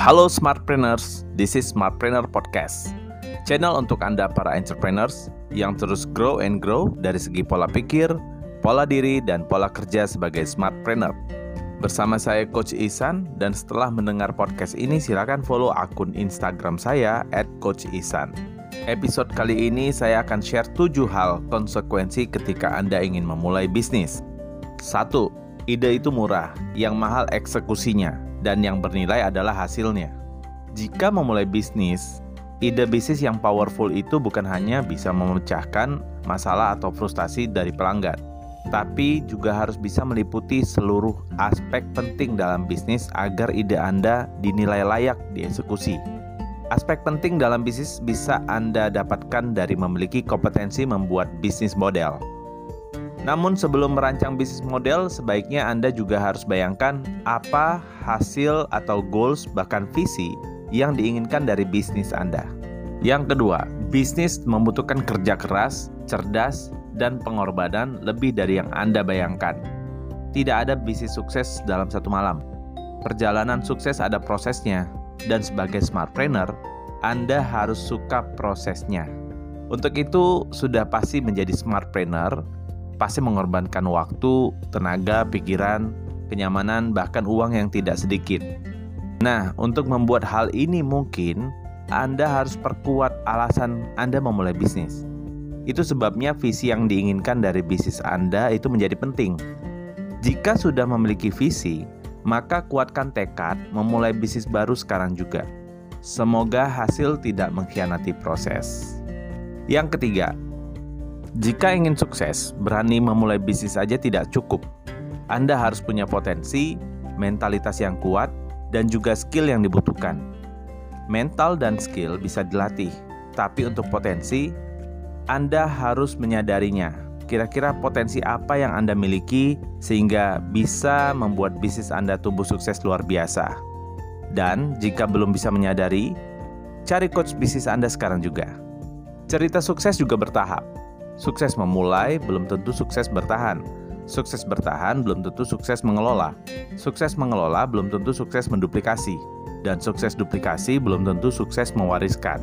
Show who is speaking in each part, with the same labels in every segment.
Speaker 1: Halo Smartpreneurs, this is Smartpreneur Podcast. Channel untuk Anda para entrepreneurs yang terus grow and grow dari segi pola pikir, pola diri, dan pola kerja sebagai Smartpreneur. Bersama saya Coach Ihsan, dan setelah mendengar podcast ini silakan follow akun Instagram saya @coachisan. Episode kali ini saya akan share 7 hal konsekuensi ketika Anda ingin memulai bisnis. 1. Ide itu murah, yang mahal eksekusinya, dan yang bernilai adalah hasilnya. Jika memulai bisnis, ide bisnis yang powerful itu bukan hanya bisa memecahkan masalah atau frustasi dari pelanggan, tapi juga harus bisa meliputi seluruh aspek penting dalam bisnis agar ide Anda dinilai layak dieksekusi. Aspek penting dalam bisnis bisa Anda dapatkan dari memiliki kompetensi membuat bisnis model. Namun sebelum merancang bisnis model, sebaiknya Anda juga harus bayangkan apa hasil atau goals bahkan visi yang diinginkan dari bisnis Anda. Yang kedua, bisnis membutuhkan kerja keras, cerdas, dan pengorbanan lebih dari yang Anda bayangkan. Tidak ada bisnis sukses dalam satu malam. Perjalanan sukses ada prosesnya, dan sebagai smartpreneur, Anda harus suka prosesnya. Untuk itu, sudah pasti menjadi smartpreneur pasti mengorbankan waktu, tenaga, pikiran, kenyamanan, bahkan uang yang tidak sedikit. Nah, untuk membuat hal ini mungkin, Anda harus perkuat alasan Anda memulai bisnis. Itu sebabnya visi yang diinginkan dari bisnis Anda itu menjadi penting. Jika sudah memiliki visi, maka kuatkan tekad memulai bisnis baru sekarang juga. Semoga hasil tidak mengkhianati proses. Yang ketiga, jika ingin sukses, berani memulai bisnis saja tidak cukup. Anda harus punya potensi, mentalitas yang kuat, dan juga skill yang dibutuhkan. Mental dan skill bisa dilatih, tapi untuk potensi, Anda harus menyadarinya. Kira-kira potensi apa yang Anda miliki sehingga bisa membuat bisnis Anda tumbuh sukses luar biasa. Dan jika belum bisa menyadari, cari coach bisnis Anda sekarang juga. Cerita sukses juga bertahap. Sukses memulai belum tentu sukses bertahan. Sukses bertahan belum tentu sukses mengelola. Sukses mengelola belum tentu sukses menduplikasi. Dan sukses duplikasi belum tentu sukses mewariskan.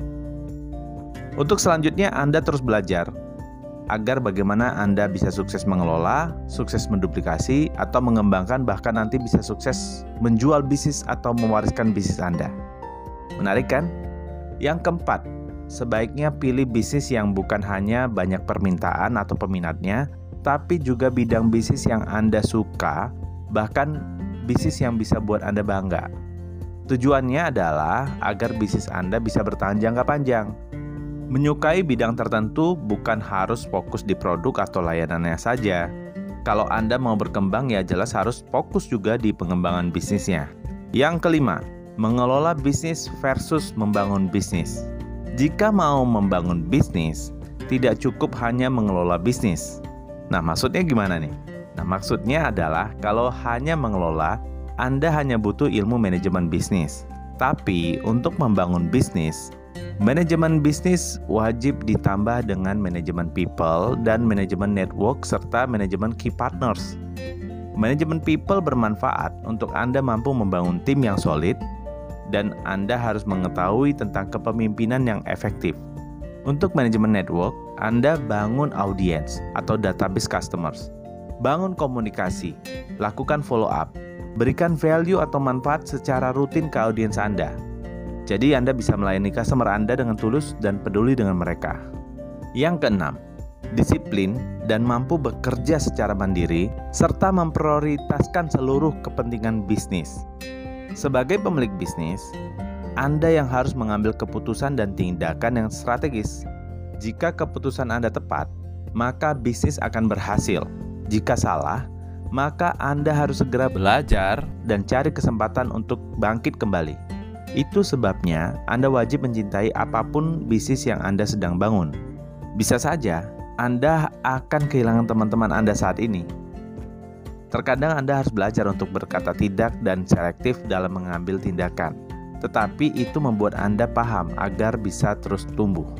Speaker 1: Untuk selanjutnya Anda terus belajar agar bagaimana Anda bisa sukses mengelola, sukses menduplikasi, atau mengembangkan, bahkan nanti bisa sukses menjual bisnis atau mewariskan bisnis Anda. Menarik kan? Yang keempat, sebaiknya pilih bisnis yang bukan hanya banyak permintaan atau peminatnya, tapi juga bidang bisnis yang Anda suka, bahkan bisnis yang bisa buat Anda bangga. Tujuannya adalah agar bisnis Anda bisa bertahan jangka panjang. Menyukai bidang tertentu bukan harus fokus di produk atau layanannya saja. Kalau Anda mau berkembang ya jelas harus fokus juga di pengembangan bisnisnya. Yang kelima, mengelola bisnis versus membangun bisnis. Jika mau membangun bisnis, tidak cukup hanya mengelola bisnis. Nah, maksudnya gimana nih? Nah, maksudnya adalah kalau hanya mengelola, Anda hanya butuh ilmu manajemen bisnis. Tapi untuk membangun bisnis, manajemen bisnis wajib ditambah dengan manajemen people dan manajemen network serta manajemen key partners. Manajemen people bermanfaat untuk Anda mampu membangun tim yang solid, dan Anda harus mengetahui tentang kepemimpinan yang efektif. Untuk manajemen network, Anda bangun audiens atau database customers. Bangun komunikasi, lakukan follow up, berikan value atau manfaat secara rutin ke audiens Anda. Jadi Anda bisa melayani customer Anda dengan tulus dan peduli dengan mereka. Yang keenam, disiplin dan mampu bekerja secara mandiri serta memprioritaskan seluruh kepentingan bisnis. Sebagai pemilik bisnis, Anda yang harus mengambil keputusan dan tindakan yang strategis. Jika keputusan Anda tepat, maka bisnis akan berhasil. Jika salah, maka Anda harus segera belajar dan cari kesempatan untuk bangkit kembali. Itu sebabnya Anda wajib mencintai apapun bisnis yang Anda sedang bangun. Bisa saja Anda akan kehilangan teman-teman Anda saat ini. Terkadang Anda harus belajar untuk berkata tidak dan selektif dalam mengambil tindakan. Tetapi itu membuat Anda paham agar bisa terus tumbuh.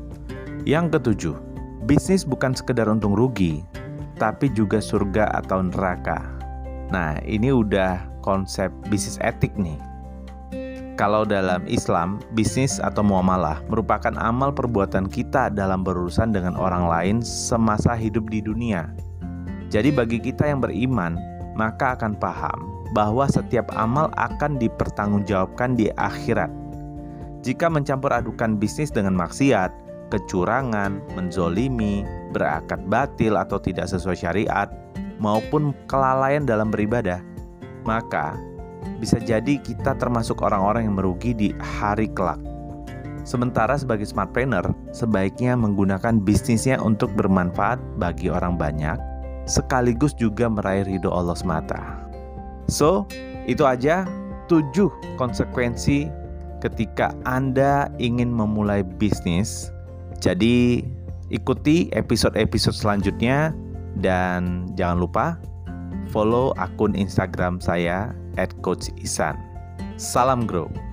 Speaker 1: Yang ketujuh, bisnis bukan sekedar untung rugi, tapi juga surga atau neraka. Nah, ini udah konsep bisnis etik nih. Kalau dalam Islam, bisnis atau muamalah merupakan amal perbuatan kita dalam berurusan dengan orang lain semasa hidup di dunia. Jadi bagi kita yang beriman, maka akan paham bahwa setiap amal akan dipertanggungjawabkan di akhirat. Jika mencampur adukan bisnis dengan maksiat, kecurangan, menzolimi, berakad batil atau tidak sesuai syariat, maupun kelalaian dalam beribadah, maka bisa jadi kita termasuk orang-orang yang merugi di hari kelak. Sementara sebagai smartpreneur, sebaiknya menggunakan bisnisnya untuk bermanfaat bagi orang banyak, sekaligus juga meraih ridho Allah semata. So, itu aja 7 konsekuensi ketika Anda ingin memulai bisnis. Jadi, ikuti episode-episode selanjutnya dan jangan lupa follow akun Instagram saya @coachisan. Salam grow.